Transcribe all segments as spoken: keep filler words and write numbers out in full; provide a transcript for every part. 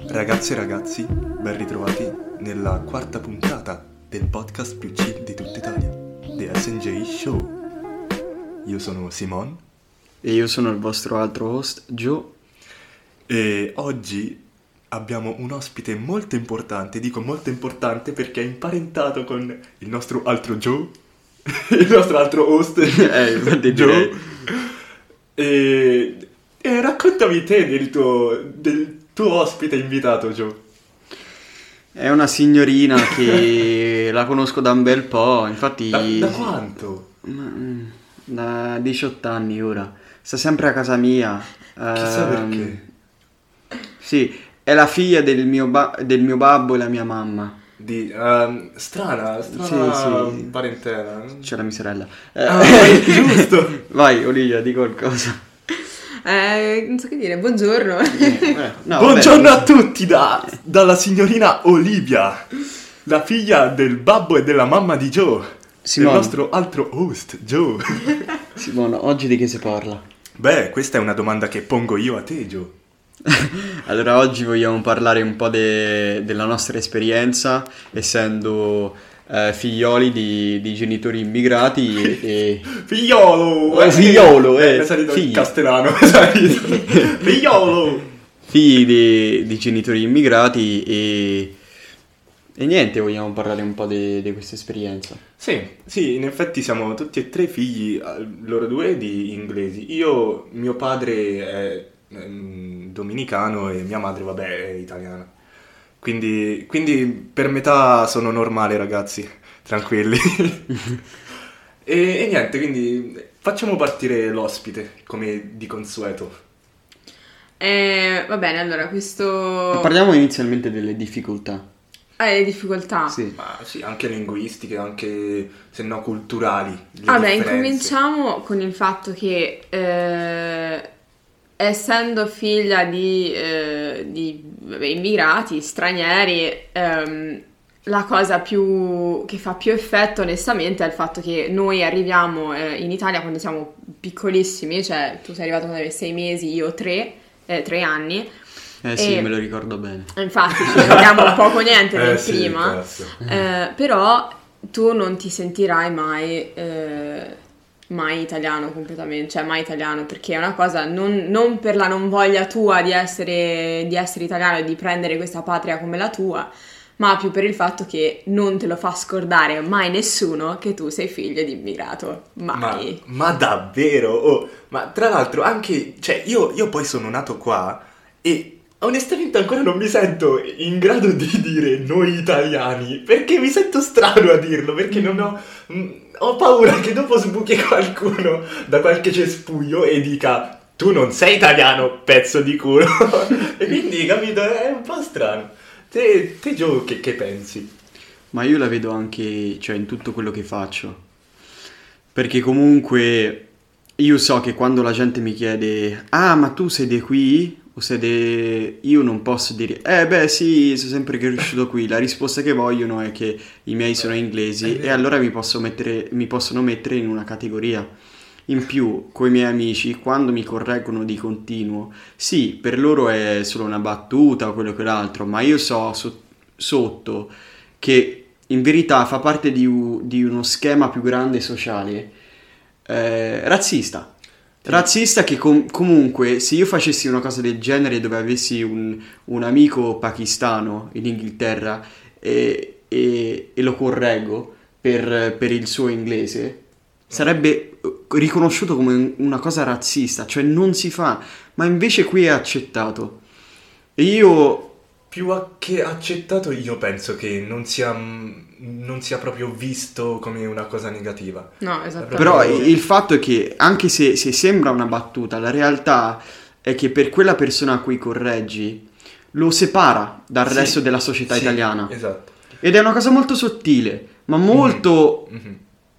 Ragazze e ragazzi, ben ritrovati nella quarta puntata del podcast più chill di tutta Italia, The S and J Show. Io sono Simon e io sono il vostro altro host, Joe. E oggi abbiamo un ospite molto importante, dico molto importante perché è imparentato con il nostro altro Joe, il nostro altro host, eh, Joe. E, e raccontami te del tuo, del tuo ospite invitato, Joe. È una signorina che la conosco da un bel po', infatti... Da, da quanto? Da diciotto anni ora. Sta sempre a casa mia. Chissà um, perché. Sì, è la figlia del mio, ba- del mio babbo e la mia mamma. Di, um, strana, strana sì, sì. parentela. C'è la mia sorella. Ah, giusto. Vai, Olivia, di qualcosa. Eh, non so che dire, buongiorno. Eh, no, Buongiorno vabbè. a tutti da, dalla signorina Olivia, la figlia del babbo e della mamma di Joe, Simone. il nostro altro host, Joe. Simone, oggi di che si parla? Beh, questa è una domanda che pongo io a te, Joe. Allora, oggi vogliamo parlare un po' de- della nostra esperienza, essendo eh, figlioli di, di genitori immigrati e... e... Figliolo! Eh, figliolo, eh, È salito figlio. il castellano, è salito. Figliolo! figli di, di genitori immigrati e... e niente, vogliamo parlare un po' di questa esperienza. Sì, sì, in effetti siamo tutti e tre figli, eh, loro due, di inglesi. Io, mio padre è ehm, dominicano e mia madre, vabbè, è italiana. Quindi, quindi per metà sono normale, ragazzi, tranquilli. e, e niente, quindi facciamo partire l'ospite, come di consueto. Eh, va bene, allora questo... Parliamo inizialmente delle difficoltà. Ah, le difficoltà. Sì. Ma sì, anche linguistiche, anche se no culturali. le Vabbè, differenze. incominciamo con il fatto che eh, essendo figlia di, eh, di vabbè, immigrati, stranieri, ehm, la cosa più che fa più effetto onestamente è il fatto che noi arriviamo eh, in Italia quando siamo piccolissimi, cioè tu sei arrivato quando avevi sei mesi, io tre, eh, tre anni. Eh sì, E- me lo ricordo bene. Infatti ci ricordiamo poco niente del Eh sì, prima, cazzo. eh, però tu non ti sentirai mai, eh, mai italiano completamente, cioè mai italiano, perché è una cosa non, non per la non voglia tua di essere, di essere italiano e di prendere questa patria come la tua, ma più per il fatto che non te lo fa scordare mai nessuno che tu sei figlio di immigrato, Ma, mai. ma davvero? Oh, ma tra l'altro anche, cioè io, io poi sono nato qua e onestamente ancora non mi sento in grado di dire noi italiani, perché mi sento strano a dirlo, perché non ho, mh, ho paura che dopo sbuchi qualcuno da qualche cespuglio e dica tu non sei italiano, pezzo di culo. E quindi, capito, è un po' strano. Te, te Joe, che, che pensi? Ma io la vedo anche, cioè, in tutto quello che faccio. Perché comunque io so che quando la gente mi chiede ah, ma tu sei di qui? O sei di... Io non posso dire eh beh sì, sono sempre cresciuto qui. La risposta che vogliono è che i miei sono inglesi e allora mi posso mettere, mi possono mettere in una categoria. In più, coi miei amici, quando mi correggono di continuo, sì, per loro è solo una battuta o quello che l'altro, ma io so so- sotto che in verità fa parte di, u- di uno schema più grande sociale eh, razzista. Razzista che com- comunque se io facessi una cosa del genere dove avessi un, un amico pakistano in Inghilterra e, e- e lo correggo per, per il suo inglese, sarebbe riconosciuto come una cosa razzista, cioè non si fa, ma invece qui è accettato. E io... Più a- che accettato, io penso che non sia, non sia proprio visto come una cosa negativa. No, esattamente. Però il fatto è che anche se, se sembra una battuta, la realtà è che per quella persona a cui correggi lo separa dal Sì, resto della società sì, italiana. Esatto. Ed è una cosa molto sottile, ma molto, Mhm.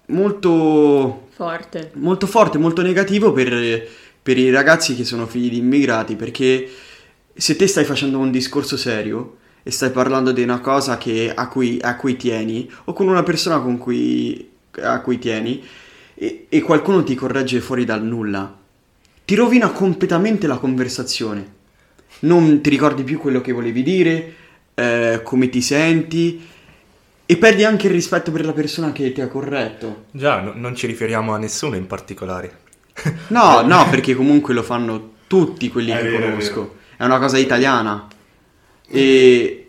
molto, Forte. molto forte, molto negativo per, per i ragazzi che sono figli di immigrati, perché se te stai facendo un discorso serio e stai parlando di una cosa che, a, cui, a cui tieni, o con una persona con cui, a cui tieni, e, e qualcuno ti corregge fuori dal nulla, ti rovina completamente la conversazione. non ti ricordi più quello che volevi dire, eh, come ti senti, e perdi anche il rispetto per la persona che ti ha corretto. Già, no, non ci riferiamo a nessuno in particolare. No, no, perché comunque lo fanno tutti quelli È che vero, è conosco. È una cosa italiana. E,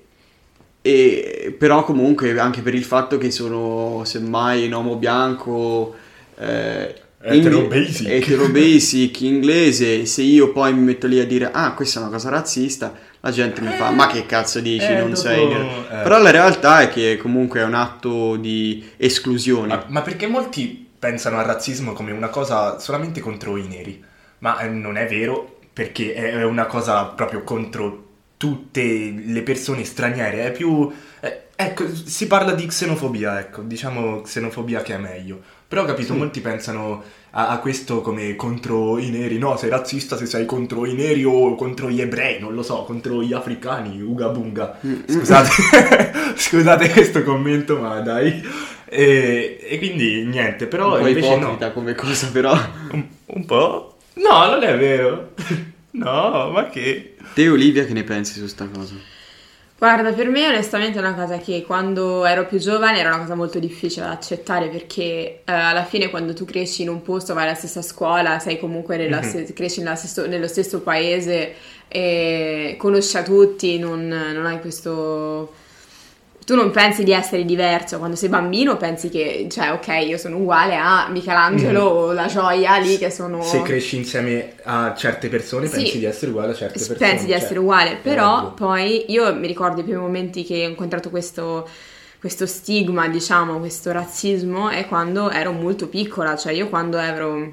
e però comunque anche per il fatto che sono semmai un uomo bianco, eh, Etero ing- basic. etero basic, inglese, se io poi mi metto lì a dire ah, questa è una cosa razzista, la gente mi fa ma che cazzo dici, eh, non dopo, sei... eh. Però la realtà è che comunque è un atto di esclusione. Ma, ma perché molti pensano al razzismo come una cosa solamente contro i neri, ma eh, non è vero, perché è una cosa proprio contro tutte le persone straniere, è più... eh, ecco, si parla di xenofobia, ecco, diciamo xenofobia che è meglio. Però ho capito, Sì. molti pensano a, a questo come contro i neri, no, sei razzista se sei contro i neri o contro gli ebrei, non lo so, contro gli africani, uga bunga. Scusate, scusate questo commento, ma dai. E, e quindi niente, però un po' invece ipocrita no. come cosa, però. Un, un po'? No, non è vero. No, ma che... Te, Olivia, che ne pensi su sta cosa? Guarda, per me onestamente è una cosa che quando ero più giovane era una cosa molto difficile da accettare perché eh, alla fine quando tu cresci in un posto, vai alla stessa scuola, sei comunque nella Mhm. ste- cresci nella stesso- nello stesso paese e conosci a tutti, non, non hai questo... Tu non pensi di essere diverso, quando sei bambino pensi che, cioè, ok, io sono uguale a Michelangelo Mhm. o la gioia lì che sono... Se cresci insieme a certe persone Sì. pensi di essere uguale a certe persone. Pensi di cioè, essere uguale, però ovvio. poi io mi ricordo i primi momenti che ho incontrato questo, questo stigma, diciamo, questo razzismo è quando ero molto piccola, cioè io quando ero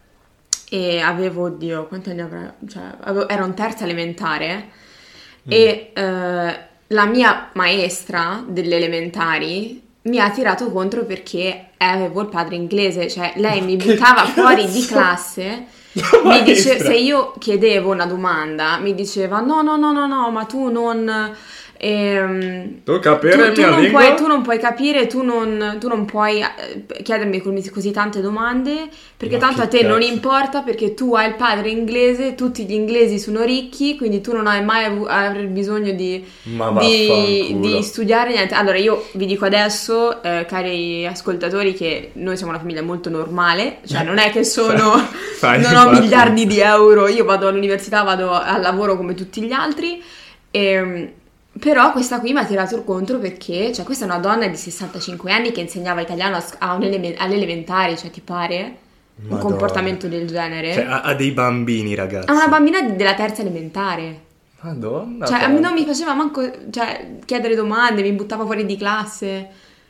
e avevo, oddio, quanti anni avrei? Cioè, avevo- ero in terza elementare e eh, la mia maestra delle elementari mi ha tirato contro perché avevo il padre inglese, cioè lei mi Che buttava fuori di cazzo? classe. La Mi dice, maestra. se io chiedevo una domanda, mi diceva no, no, no, no, no, ma tu non... ehm, Tu tu, capire tu mia non lingua? puoi, tu non puoi capire, tu non, tu non puoi eh, chiedermi così, così tante domande, perché Ma tanto a che te non cazzo? importa, perché tu hai il padre inglese, tutti gli inglesi sono ricchi, quindi tu non hai mai avu- avrei bisogno di, Ma di, vaffanculo. di studiare niente. Allora io vi dico adesso, eh, cari ascoltatori, che noi siamo una famiglia molto normale, cioè non è che sono... Sai, non ho infatti. miliardi di euro, io vado all'università, vado al lavoro come tutti gli altri, ehm, però questa qui mi ha tirato contro perché, cioè questa è una donna di sessantacinque anni che insegnava italiano a sc- a un eleme- alle elementari, cioè ti pare? Un Madonna. comportamento del genere? Cioè, ha, ha dei bambini, ragazzi. A una bambina di- della terza elementare. Madonna. Cioè a me non quanto. mi faceva manco, cioè, chiedere domande, mi buttava fuori di classe.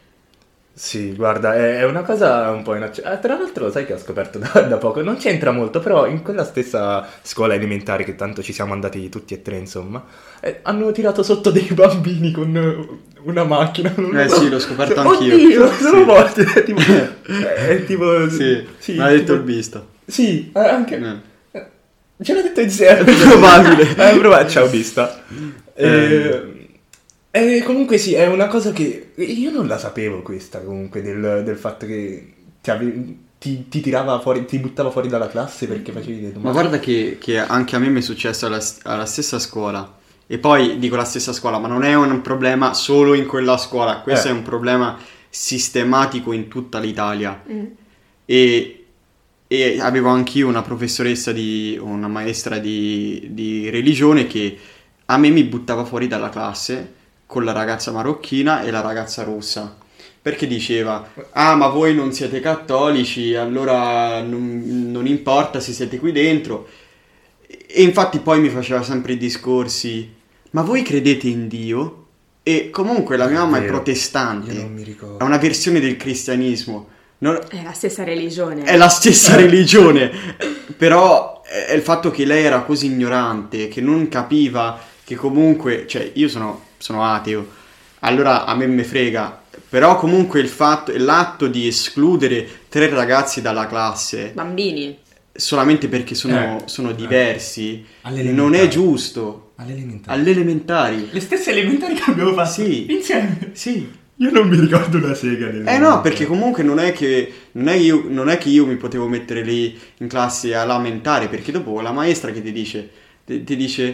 Sì, guarda, è, è una cosa un po' inaccettabile. Tra l'altro, sai che ho scoperto da, da poco? Non c'entra molto, però in quella stessa scuola elementare, che tanto ci siamo andati tutti e tre, insomma, eh, hanno tirato sotto dei bambini con eh, una macchina. Non lo Eh so. sì, l'ho scoperto anch'io. Oddio, sono Sì. morti. È tipo... È tipo... Sì, sì, me l'ha detto tipo- il visto. Sì, eh, anche... Eh. Ce l'ha detto insieme. Probabile. Eh, probabile. Ciao, vista. Eh, e comunque sì, è una cosa che io non la sapevo questa, comunque, del, del fatto che ti, ave- ti- ti tirava fuori, ti buttava fuori dalla classe perché facevi delle Ma domande. guarda che, che anche a me mi è successo alla, alla stessa scuola. E poi dico la stessa scuola, ma non è un problema solo in quella scuola, questo Eh. è un problema sistematico in tutta l'Italia. Mm. E, e avevo anch'io una professoressa di una maestra di, di religione che a me mi buttava fuori dalla classe con la ragazza marocchina e la ragazza russa, perché diceva ah, ma voi non siete cattolici, allora non, non importa se siete qui dentro. E infatti poi mi faceva sempre i discorsi ma voi credete in Dio? E comunque la mia mamma è Vero. protestante, Io non mi ricordo. è una versione del cristianismo. Non- È la stessa religione. è la stessa religione, però è il fatto che lei era così ignorante, che non capiva che comunque, cioè io sono, sono ateo, allora a me me frega, però comunque il fatto, l'atto di escludere tre ragazzi dalla classe Bambini. solamente perché sono, Eh. sono diversi All'elementare. non è giusto. All'elementare. All'elementari, Le stesse elementari che abbiamo fatto Sì. insieme. sì. Io non mi ricordo una sega. Eh no, perché comunque non è che non è, io, non è che io mi potevo mettere lì in classe a lamentare, perché dopo la maestra che ti dice ti, ti dice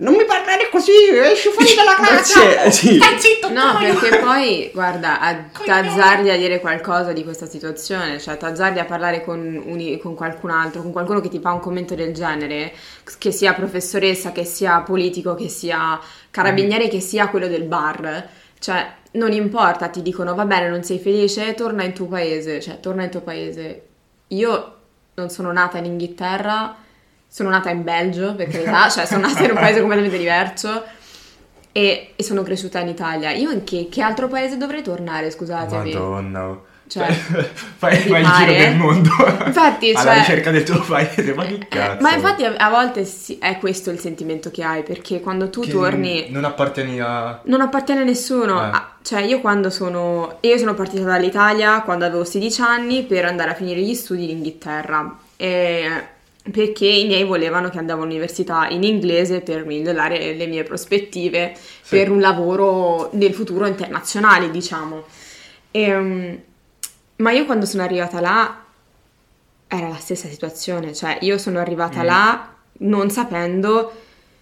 non mi parlare così, esci fuori dalla classe. Sì. Stai zitto. No, perché poi, guarda, a t'azzardi a dire qualcosa di questa situazione, cioè t'azzardi a parlare con, uni, con qualcun altro, con qualcuno che ti fa un commento del genere, che sia professoressa, che sia politico, che sia carabiniere, mm. che sia quello del bar, cioè non importa, ti dicono va bene, non sei felice, torna in tuo paese, cioè torna in tuo paese. Io non sono nata in Inghilterra, sono nata in Belgio, per carità, cioè sono nata in un paese completamente diverso e, e sono cresciuta in Italia. Io in che, che altro paese dovrei tornare, scusatemi? Madonna. Cioè, fai, fai il giro del mondo infatti, alla cioè, ricerca del tuo paese, ma che cazzo? Eh, ma infatti a, a volte sì, è questo il sentimento che hai, perché quando tu che torni... Non appartieni a... Non appartiene a nessuno. Eh. Ah, cioè io quando sono... Io sono partita dall'Italia quando avevo sedici anni per andare a finire gli studi in Inghilterra. E... perché i miei volevano che andavo all'università in inglese per migliorare le mie prospettive sì. per un lavoro nel futuro internazionale, diciamo. E, um, ma io quando sono arrivata là era la stessa situazione, cioè io sono arrivata mm. là non sapendo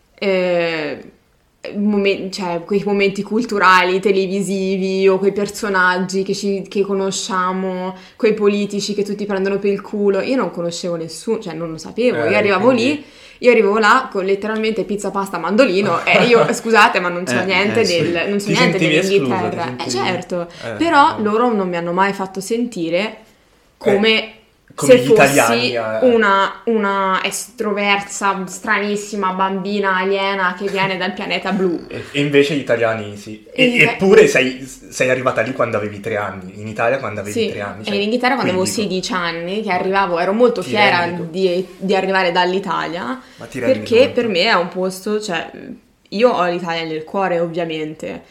eh, momen- cioè, quei momenti culturali, televisivi o quei personaggi che, ci, che conosciamo, quei politici che tutti prendono per il culo. Io non conoscevo nessuno, cioè non lo sapevo, eh, io arrivavo quindi... lì io arrivavo là con letteralmente pizza, pasta, mandolino e io, scusate, ma non so eh, niente eh, sì. del, non so Ti niente dell'Inghilterra. Escluso, eh certo, eh, però no. loro non mi hanno mai fatto sentire come, eh, come se gli fossi italiani, eh. una, una estroversa, stranissima bambina aliena che viene dal pianeta blu. E, e invece gli italiani sì. E, In Ita- eppure sei, sei arrivata lì quando avevi tre anni, in Italia quando avevi sì, tre anni. Cioè, e in Inghilterra quando avevo sedici anni, che arrivavo, ero molto Ti fiera rendi di, di arrivare dall'Italia, Ma ti rendi perché conto? per me è un posto, cioè, io ho l'Italia nel cuore ovviamente,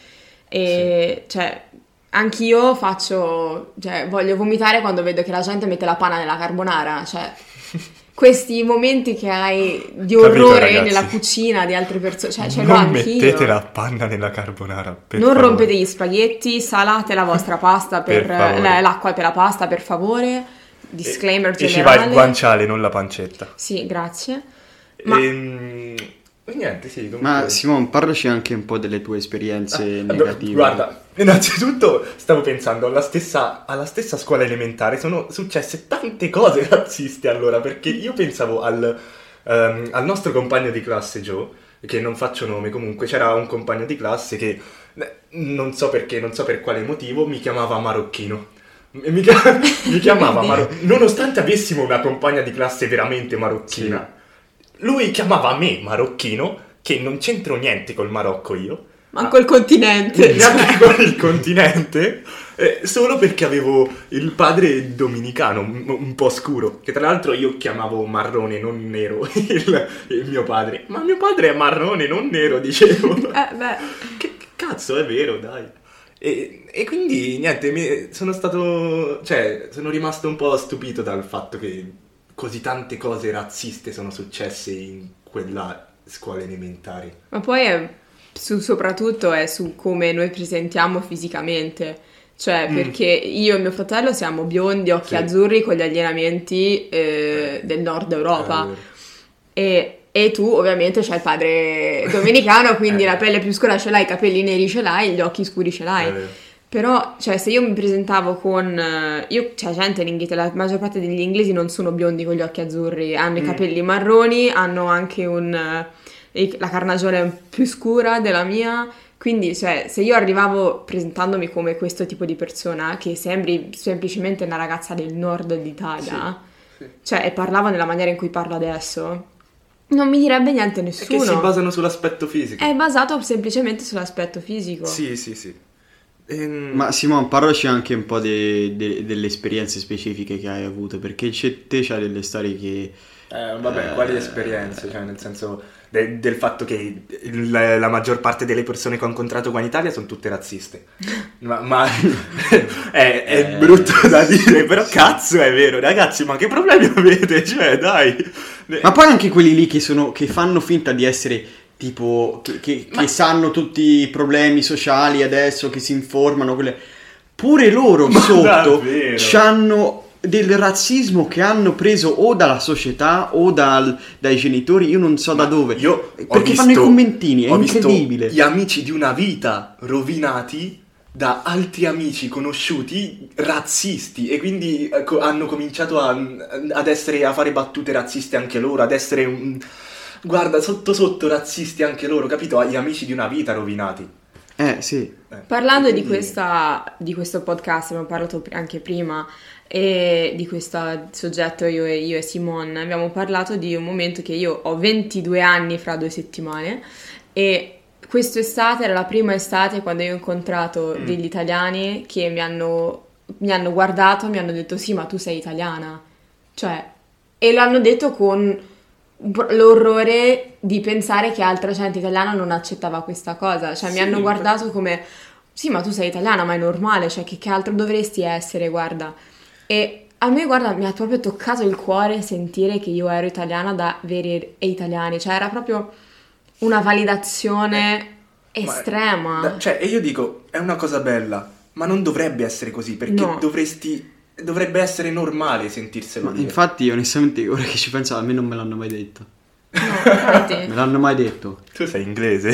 e Sì. cioè... Anch'io faccio, cioè, voglio vomitare quando vedo che la gente mette la panna nella carbonara, cioè, questi momenti che hai di Capito, orrore ragazzi? nella cucina di altre persone, cioè, ce l'ho Non anch'io. mettete la panna nella carbonara, per Non favore. rompete gli spaghetti, salate la vostra pasta per, Per favore. la- l'acqua per la pasta, per favore. Disclaimer E, e ci generale. va il guanciale, non la pancetta. Sì, grazie. Ma Ehm, E niente, sì. Comunque... Ma Simon, parlaci anche un po' delle tue esperienze Ah, negative. Guarda, innanzitutto stavo pensando alla stessa, alla stessa scuola elementare sono successe tante cose razziste allora, perché io pensavo al, ehm, al nostro compagno di classe Joe, che non faccio nome, comunque c'era un compagno di classe che eh, non so perché, non so per quale motivo, mi chiamava marocchino. Mi, chia- mi chiamava marocchino, nonostante avessimo una compagna di classe veramente marocchina. Lui chiamava me marocchino, che non c'entro niente col Marocco io. manco il continente. Neanche con il continente, eh, solo perché avevo il padre dominicano, un, un po' scuro, che tra l'altro io chiamavo marrone, non nero, il, il mio padre. Ma mio padre è marrone, non nero, dicevo. Eh, beh. Che, che cazzo, è vero, dai. E, e quindi, niente, mi, sono stato, cioè, sono rimasto un po' stupito dal fatto che così tante cose razziste sono successe in quella scuola elementare. Ma poi è su, soprattutto è su come noi presentiamo fisicamente. Cioè, Mm. perché io e mio fratello siamo biondi, occhi Sì. azzurri con gli allineamenti eh, del nord Europa. Eh, vero. E, e tu ovviamente c'hai il padre dominicano, quindi Eh. la pelle più scura ce l'hai, i capelli neri ce l'hai, gli occhi scuri ce l'hai. È vero. Però, cioè, se io mi presentavo con... eh, Io, c'è gente in Inghilterra, la maggior parte degli inglesi non sono biondi con gli occhi azzurri, hanno i Mm. capelli marroni, hanno anche un... eh, i- la carnagione è più scura della mia, quindi, cioè, se io arrivavo presentandomi come questo tipo di persona, che sembri semplicemente una ragazza del nord d'Italia, Sì, sì. cioè, e parlava nella maniera in cui parlo adesso, non mi direbbe niente È nessuno. che si basano sull'aspetto fisico. È basato semplicemente sull'aspetto fisico. Sì, sì, sì. Ehm, Ma Simon, parlaci anche un po' de- de- delle esperienze specifiche che hai avuto, perché c'è, te c'hai delle storie che... eh, vabbè, eh, quali esperienze? Cioè, nel senso de- del fatto che il- la maggior parte delle persone che ho incontrato qua in Italia sono tutte razziste. Ma, ma è, è Eh, brutto da dire, però cazzo è vero, ragazzi, ma che problemi avete? Cioè, dai. Ma poi anche quelli lì che sono che fanno finta di essere tipo che, che- Ma- che sanno tutti i problemi sociali adesso, che si informano, quelle... pure loro Ma sotto davvero? c'hanno del razzismo che hanno preso o dalla società o dal, dai genitori, io non so Ma da dove. Io ho perché visto, fanno i commentini, è ho incredibile. Visto gli amici di una vita rovinati da altri amici conosciuti razzisti, e quindi eh, co- hanno cominciato a, ad essere, a fare battute razziste anche loro, ad essere un, guarda, sotto sotto razzisti anche loro, capito? Gli amici di una vita rovinati. Eh sì. Eh, Parlando quindi- di, questa, di questo podcast, abbiamo parlato pr- anche prima, e di questo soggetto io e, io e Simone, abbiamo parlato di un momento che io ho ventidue anni fra due settimane, e quest'estate era la prima estate quando io ho incontrato Mm. degli italiani che mi hanno, mi hanno guardato e mi hanno detto sì, ma tu sei italiana. Cioè, e l'hanno detto con l'orrore di pensare che altra gente italiana non accettava questa cosa. Cioè, mi Sì, hanno guardato come sì, ma tu sei italiana, ma è normale, cioè che, che altro dovresti essere, guarda. E a me, guarda, mi ha proprio toccato il cuore sentire che io ero italiana da veri e italiani, cioè era proprio una validazione Ma- estrema. da- cioè, e io dico, è una cosa bella, ma non dovrebbe essere così, perché No. dovresti, dovrebbe essere normale sentirselo Ma dire. infatti, onestamente, ora che ci penso, a me non me l'hanno mai detto. No, infatti. Me l'hanno mai detto. Tu sei inglese.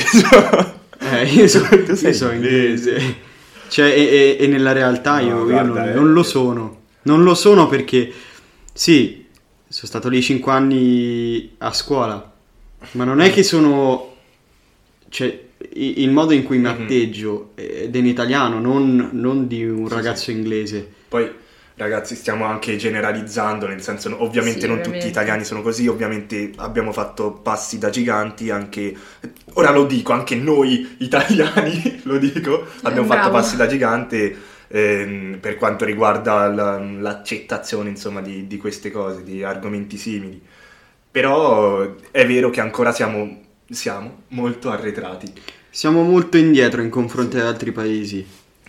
Eh, io so, Tu sei io so inglese. inglese. Cioè, e, e- e nella realtà No, io, io guarda, non, eh. non lo sono. Non lo sono perché, sì, sono stato lì cinque anni a scuola, ma non è che sono... Cioè, i- il modo in cui mi Mhm. atteggio è in italiano, non, non di un Sì, ragazzo inglese. Poi, ragazzi, stiamo anche generalizzando, nel senso, no- ovviamente Sì, non ovviamente. tutti gli italiani sono così, ovviamente abbiamo fatto passi da giganti, anche, ora lo dico, anche noi italiani, lo dico, abbiamo fatto bravo. passi da gigante ehm, per quanto riguarda la- l'accettazione, insomma, di, di queste cose, di argomenti simili. Però è vero che ancora siamo, siamo molto arretrati. Siamo molto indietro in confronto ad altri paesi.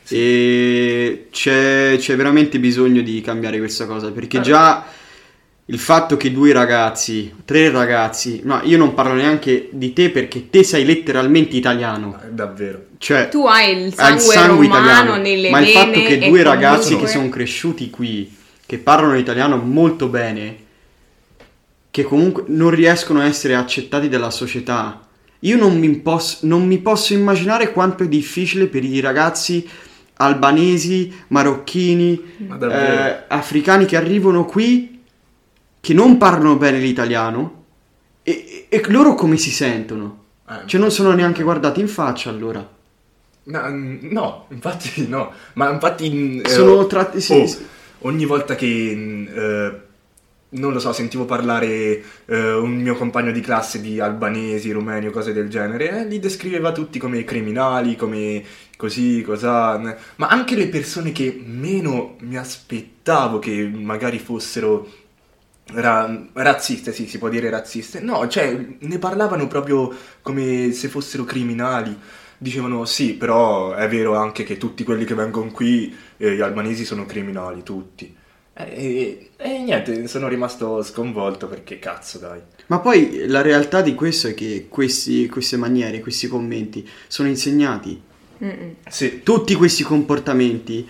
E c'è, c'è veramente bisogno di cambiare questa cosa, perché Eh. già il fatto che due ragazzi, tre ragazzi, no, io non parlo neanche di te perché te sei letteralmente italiano, Eh, Davvero. cioè Tu hai il hai il sangue, sangue romano italiano, nelle ma il vene fatto che e due ragazzi comunque- che sono cresciuti qui, che parlano italiano molto bene, che comunque non riescono a essere accettati dalla società, io non mi posso, non mi posso immaginare quanto è difficile per i ragazzi albanesi, marocchini, Ma davvero. eh, africani che arrivano qui, che non parlano bene l'italiano, e, e loro come si sentono? Eh, Cioè non sono neanche guardati in faccia allora. No, mm, no, infatti no, ma infatti mm, eh, Sono tratti... sì, oh, sì. ogni volta che mm, eh, non lo so, sentivo parlare eh, un mio compagno di classe di albanesi, rumeni o cose del genere, eh, li descriveva tutti come criminali, come così, cosa, ma anche le persone che meno mi aspettavo che magari fossero ra- razziste, sì, si può dire razziste, no, cioè ne parlavano proprio come se fossero criminali. Dicevano sì, però è vero anche che tutti quelli che vengono qui, eh, gli albanesi sono criminali, tutti. E, e niente, sono rimasto sconvolto perché cazzo, dai. Ma poi la realtà di questo è che questi, queste maniere, questi commenti sono insegnati. Mm-mm. Sì, Tutti questi comportamenti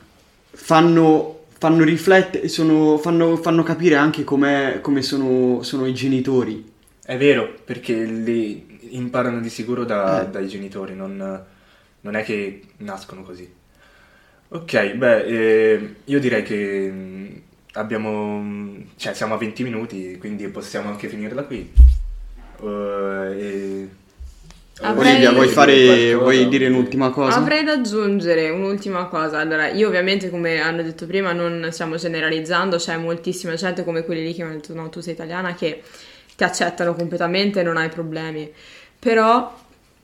fanno, fanno riflettere, sono, fanno, fanno capire anche com'è, come sono, sono i genitori. è vero, perché li imparano di sicuro da- Eh. dai genitori, non, non è che nascono così. Ok, beh, eh, io direi che mm, abbiamo, mm, cioè siamo a venti minuti, quindi possiamo anche finirla qui. Eh, e- Avrei- Olivia, vuoi, fare, qualcosa? vuoi dire un'ultima cosa? Avrei da aggiungere un'ultima cosa. Allora, io ovviamente, come hanno detto prima, non stiamo generalizzando, c'è moltissima gente come quelli lì che mi hanno detto no, tu sei italiana, che ti accettano completamente e non hai problemi. Però,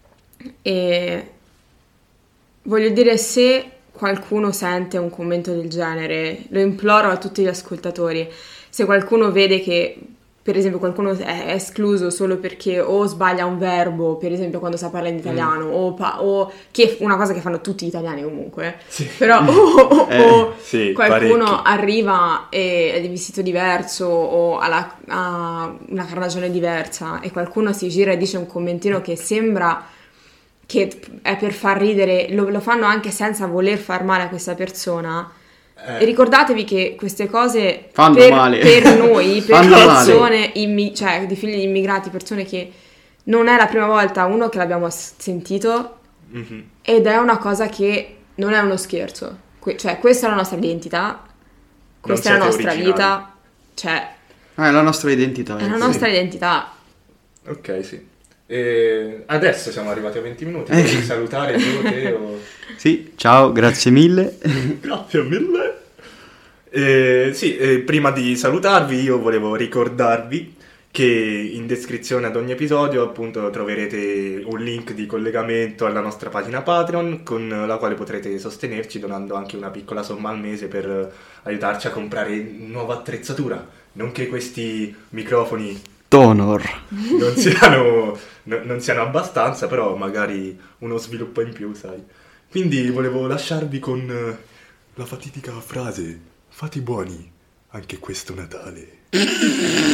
eh, voglio dire, se qualcuno sente un commento del genere, lo imploro a tutti gli ascoltatori, se qualcuno vede che, per esempio, qualcuno è escluso solo perché o sbaglia un verbo, per esempio quando sa parlare in italiano, o, pa- o che una cosa che fanno tutti gli italiani comunque, Sì. però o, o- Eh, o sì, qualcuno parecchi. arriva e è di vestito diverso o ha, la- ha una carnagione diversa e qualcuno si gira e dice un commentino che sembra che è per far ridere, lo, lo fanno anche senza voler far male a questa persona, Eh. E ricordatevi che queste cose Fanno per, male. per noi, per Fanno persone, immi- cioè di figli di immigrati, persone che non è la prima volta, uno, che l'abbiamo s- sentito, mm-hmm. ed è una cosa che non è uno scherzo. Que- cioè, questa è la nostra identità, questa è la siete nostra originali. vita, cioè, Ah, è la nostra identità. è la eh. nostra Sì. identità. Ok, sì. E adesso siamo arrivati a venti minuti. Eh. Vuoi salutare io, te o... Sì, ciao, grazie mille. Grazie mille. Eh, sì, eh, prima di salutarvi io volevo ricordarvi che in descrizione ad ogni episodio appunto troverete un link di collegamento alla nostra pagina Patreon con la quale potrete sostenerci donando anche una piccola somma al mese per aiutarci a comprare nuova attrezzatura, nonché questi microfoni Tonor. non siano, no- non siano abbastanza, però magari uno sviluppo in più, sai. Quindi volevo lasciarvi con eh, la fatidica frase: fate i buoni anche questo Natale.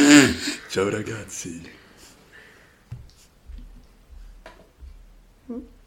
Ciao ragazzi.